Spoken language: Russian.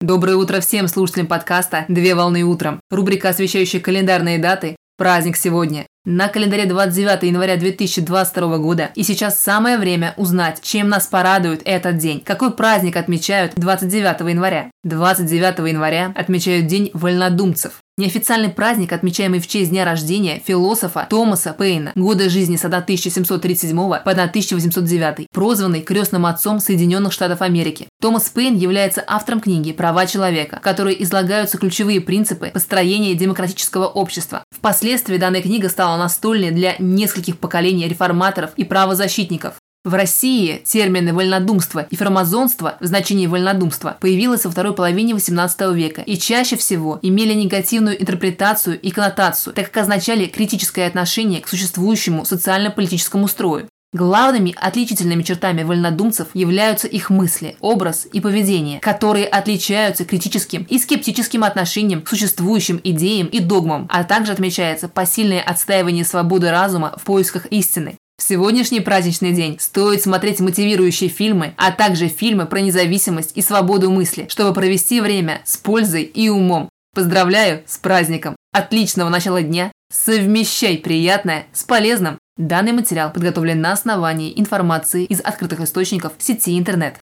Доброе утро всем слушателям подкаста «Две волны утром». Рубрика, освещающая календарные даты. Праздник сегодня. На календаре 29 января 2022 года. И сейчас самое время узнать, чем нас порадует этот день. Какой праздник отмечают 29 января? 29 января отмечают День вольнодумцев. Неофициальный праздник, отмечаемый в честь дня рождения философа Томаса Пейна, года жизни с 1737 по 1809, прозванный крестным отцом Соединенных Штатов Америки. Томас Пейн является автором книги «Права человека», в которой излагаются ключевые принципы построения демократического общества. Впоследствии данная книга стала настольной для нескольких поколений реформаторов и правозащитников. В России термины «вольнодумство» и «формазонство» в значении «вольнодумство» появилось во второй половине XVIII века и чаще всего имели негативную интерпретацию и коннотацию, так как означали критическое отношение к существующему социально-политическому строю. Главными отличительными чертами вольнодумцев являются их мысли, образ и поведение, которые отличаются критическим и скептическим отношением к существующим идеям и догмам, а также отмечается посильное отстаивание свободы разума в поисках истины. В сегодняшний праздничный день стоит смотреть мотивирующие фильмы, а также фильмы про независимость и свободу мысли, чтобы провести время с пользой и умом. Поздравляю с праздником! Отличного начала дня! Совмещай приятное с полезным! Данный материал подготовлен на основании информации из открытых источников в сети интернет.